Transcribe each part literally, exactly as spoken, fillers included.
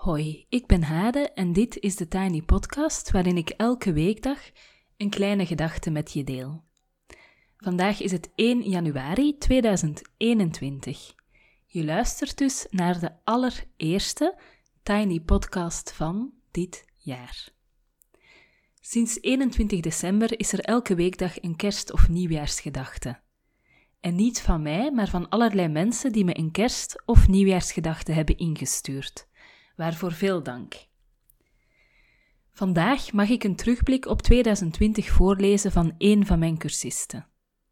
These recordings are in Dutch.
Hoi, ik ben Hade en dit is de Tiny Podcast waarin ik elke weekdag een kleine gedachte met je deel. Vandaag is het één januari tweeduizend eenentwintig. Je luistert dus naar de allereerste Tiny Podcast van dit jaar. Sinds eenentwintig december is er elke weekdag een kerst- of nieuwjaarsgedachte. En niet van mij, maar van allerlei mensen die me een kerst- of nieuwjaarsgedachte hebben ingestuurd. Waarvoor veel dank. Vandaag mag ik een terugblik op tweeduizend twintig voorlezen van één van mijn cursisten.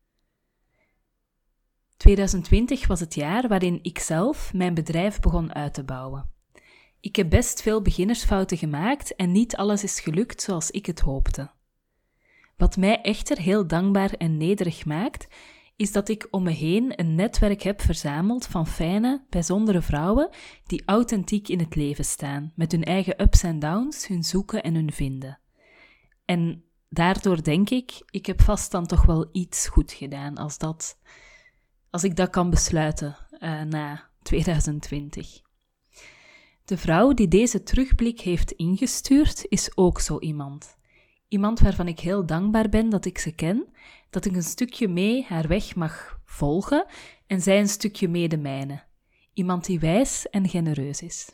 tweeduizend twintig was het jaar waarin ik zelf mijn bedrijf begon uit te bouwen. Ik heb best veel beginnersfouten gemaakt en niet alles is gelukt zoals ik het hoopte. Wat mij echter heel dankbaar en nederig maakt, is dat ik om me heen een netwerk heb verzameld van fijne, bijzondere vrouwen die authentiek in het leven staan, met hun eigen ups en downs, hun zoeken en hun vinden. En daardoor denk ik, ik heb vast dan toch wel iets goed gedaan, als, dat, als ik dat kan besluiten uh, na tweeduizend twintig. De vrouw die deze terugblik heeft ingestuurd, is ook zo iemand. Iemand waarvan ik heel dankbaar ben dat ik ze ken, dat ik een stukje mee haar weg mag volgen en zij een stukje mee de mijne. Iemand die wijs en genereus is.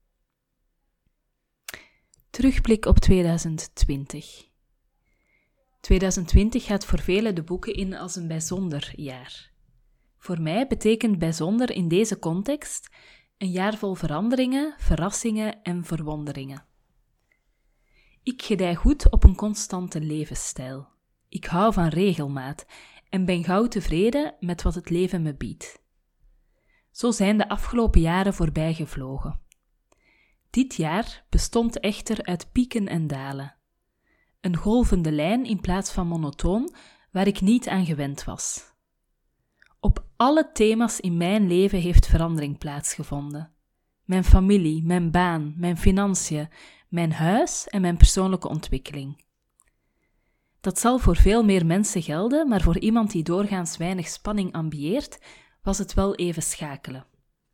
Terugblik op tweeduizend twintig. tweeduizend twintig gaat voor velen de boeken in als een bijzonder jaar. Voor mij betekent bijzonder in deze context een jaar vol veranderingen, verrassingen en verwonderingen. Ik gedij goed op een constante levensstijl. Ik hou van regelmaat en ben gauw tevreden met wat het leven me biedt. Zo zijn de afgelopen jaren voorbij gevlogen. Dit jaar bestond echter uit pieken en dalen. Een golvende lijn in plaats van monotoon, waar ik niet aan gewend was. Op alle thema's in mijn leven heeft verandering plaatsgevonden. Mijn familie, mijn baan, mijn financiën, mijn huis en mijn persoonlijke ontwikkeling. Dat zal voor veel meer mensen gelden, maar voor iemand die doorgaans weinig spanning ambieert, was het wel even schakelen.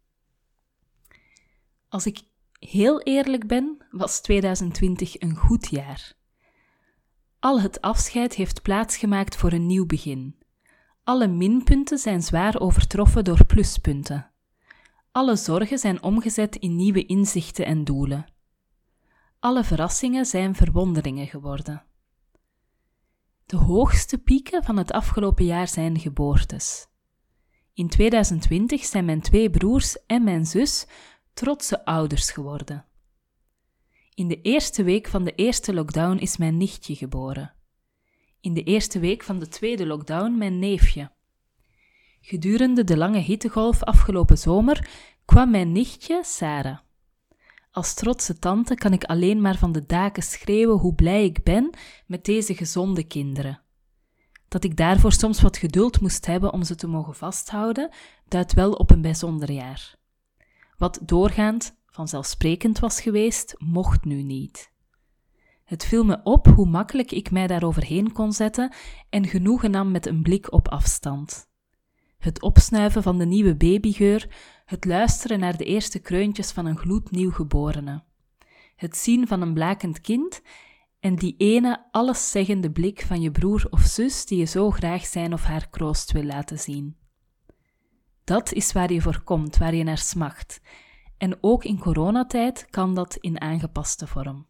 Als ik heel eerlijk ben, was tweeduizend twintig een goed jaar. Al het afscheid heeft plaatsgemaakt voor een nieuw begin. Alle minpunten zijn zwaar overtroffen door pluspunten. Alle zorgen zijn omgezet in nieuwe inzichten en doelen. Alle verrassingen zijn verwonderingen geworden. De hoogste pieken van het afgelopen jaar zijn geboortes. In tweeduizend twintig zijn mijn twee broers en mijn zus trotse ouders geworden. In de eerste week van de eerste lockdown is mijn nichtje geboren. In de eerste week van de tweede lockdown mijn neefje. Gedurende de lange hittegolf afgelopen zomer kwam mijn nichtje Sarah. Als trotse tante kan ik alleen maar van de daken schreeuwen hoe blij ik ben met deze gezonde kinderen. Dat ik daarvoor soms wat geduld moest hebben om ze te mogen vasthouden, duidt wel op een bijzonder jaar. Wat doorgaand vanzelfsprekend was geweest, mocht nu niet. Het viel me op hoe makkelijk ik mij daaroverheen kon zetten en genoegen nam met een blik op afstand. Het opsnuiven van de nieuwe babygeur, het luisteren naar de eerste kreuntjes van een gloednieuw geborene. Het zien van een blakend kind en die ene alleszeggende blik van je broer of zus die je zo graag zijn of haar kroost wil laten zien. Dat is waar je voor komt, waar je naar smacht. En ook in coronatijd kan dat in aangepaste vorm.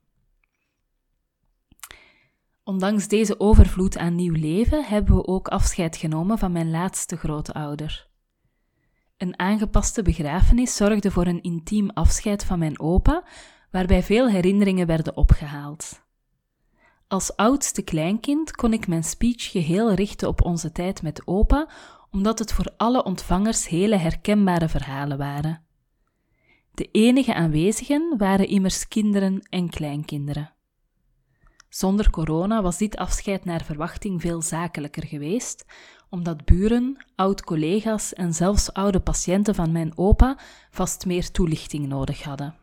Ondanks deze overvloed aan nieuw leven hebben we ook afscheid genomen van mijn laatste grootouder. Een aangepaste begrafenis zorgde voor een intiem afscheid van mijn opa, waarbij veel herinneringen werden opgehaald. Als oudste kleinkind kon ik mijn speech geheel richten op onze tijd met opa, omdat het voor alle ontvangers hele herkenbare verhalen waren. De enige aanwezigen waren immers kinderen en kleinkinderen. Zonder corona was dit afscheid naar verwachting veel zakelijker geweest, omdat buren, oud-collega's en zelfs oude patiënten van mijn opa vast meer toelichting nodig hadden.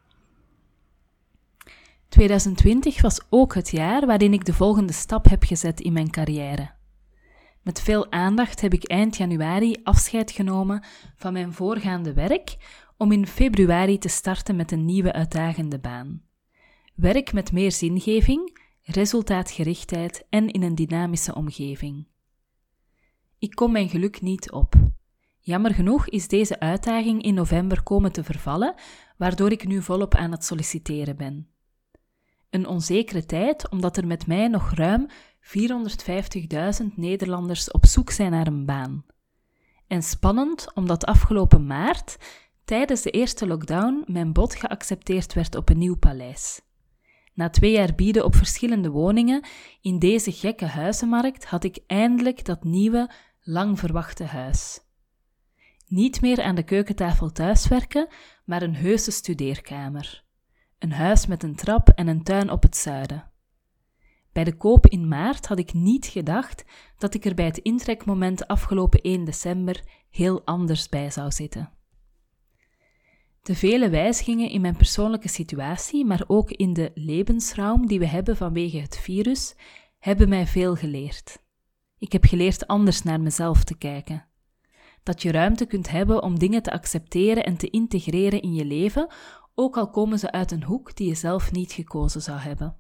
tweeduizend twintig was ook het jaar waarin ik de volgende stap heb gezet in mijn carrière. Met veel aandacht heb ik eind januari afscheid genomen van mijn voorgaande werk om in februari te starten met een nieuwe uitdagende baan. Werk met meer zingeving, resultaatgerichtheid en in een dynamische omgeving. Ik kom mijn geluk niet op. Jammer genoeg is deze uitdaging in november komen te vervallen, waardoor ik nu volop aan het solliciteren ben. Een onzekere tijd, omdat er met mij nog ruim vierhonderdvijftigduizend Nederlanders op zoek zijn naar een baan. En spannend, omdat afgelopen maart, tijdens de eerste lockdown, mijn bod geaccepteerd werd op een nieuw paleis. Na twee jaar bieden op verschillende woningen in deze gekke huizenmarkt had ik eindelijk dat nieuwe, lang verwachte huis. Niet meer aan de keukentafel thuiswerken, maar een heuse studeerkamer. Een huis met een trap en een tuin op het zuiden. Bij de koop in maart had ik niet gedacht dat ik er bij het intrekmoment afgelopen één december heel anders bij zou zitten. De vele wijzigingen in mijn persoonlijke situatie, maar ook in de levensruim die we hebben vanwege het virus, hebben mij veel geleerd. Ik heb geleerd anders naar mezelf te kijken. Dat je ruimte kunt hebben om dingen te accepteren en te integreren in je leven, ook al komen ze uit een hoek die je zelf niet gekozen zou hebben.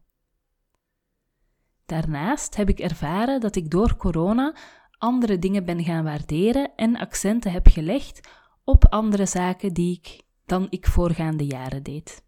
Daarnaast heb ik ervaren dat ik door corona andere dingen ben gaan waarderen en accenten heb gelegd op andere zaken die ik dan ik voorgaande jaren deed.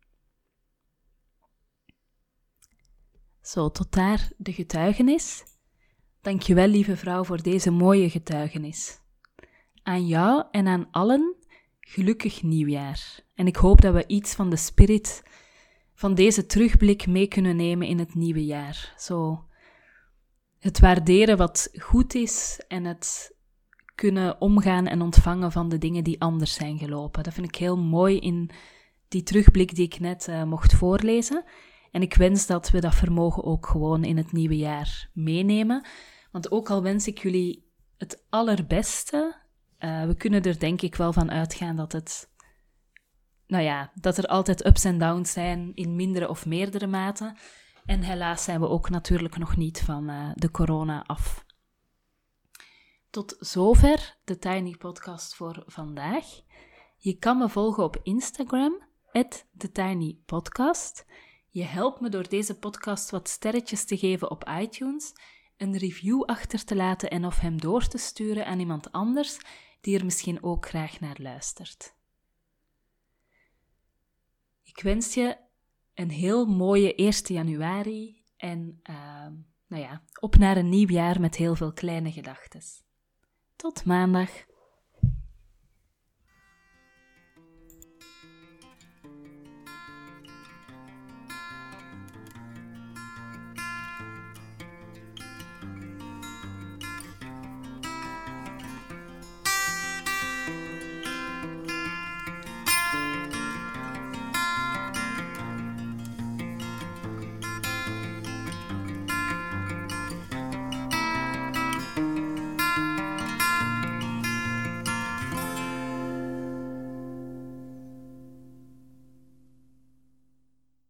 Zo, tot daar de getuigenis. Dankjewel, lieve vrouw, voor deze mooie getuigenis. Aan jou en aan allen, gelukkig nieuwjaar. En ik hoop dat we iets van de spirit van deze terugblik mee kunnen nemen in het nieuwe jaar. Zo, het waarderen wat goed is en het kunnen omgaan en ontvangen van de dingen die anders zijn gelopen. Dat vind ik heel mooi in die terugblik die ik net uh, mocht voorlezen. En ik wens dat we dat vermogen ook gewoon in het nieuwe jaar meenemen. Want ook al wens ik jullie het allerbeste, uh, we kunnen er denk ik wel van uitgaan dat het, nou ja, dat er altijd ups en downs zijn in mindere of meerdere mate. En helaas zijn we ook natuurlijk nog niet van uh, de corona af. Tot zover de Tiny Podcast voor vandaag. Je kan me volgen op Instagram, at thetinypodcast. Je helpt me door deze podcast wat sterretjes te geven op iTunes, een review achter te laten en of hem door te sturen aan iemand anders die er misschien ook graag naar luistert. Ik wens je een heel mooie eerste januari en uh, nou ja, op naar een nieuw jaar met heel veel kleine gedachtes. Tot maandag.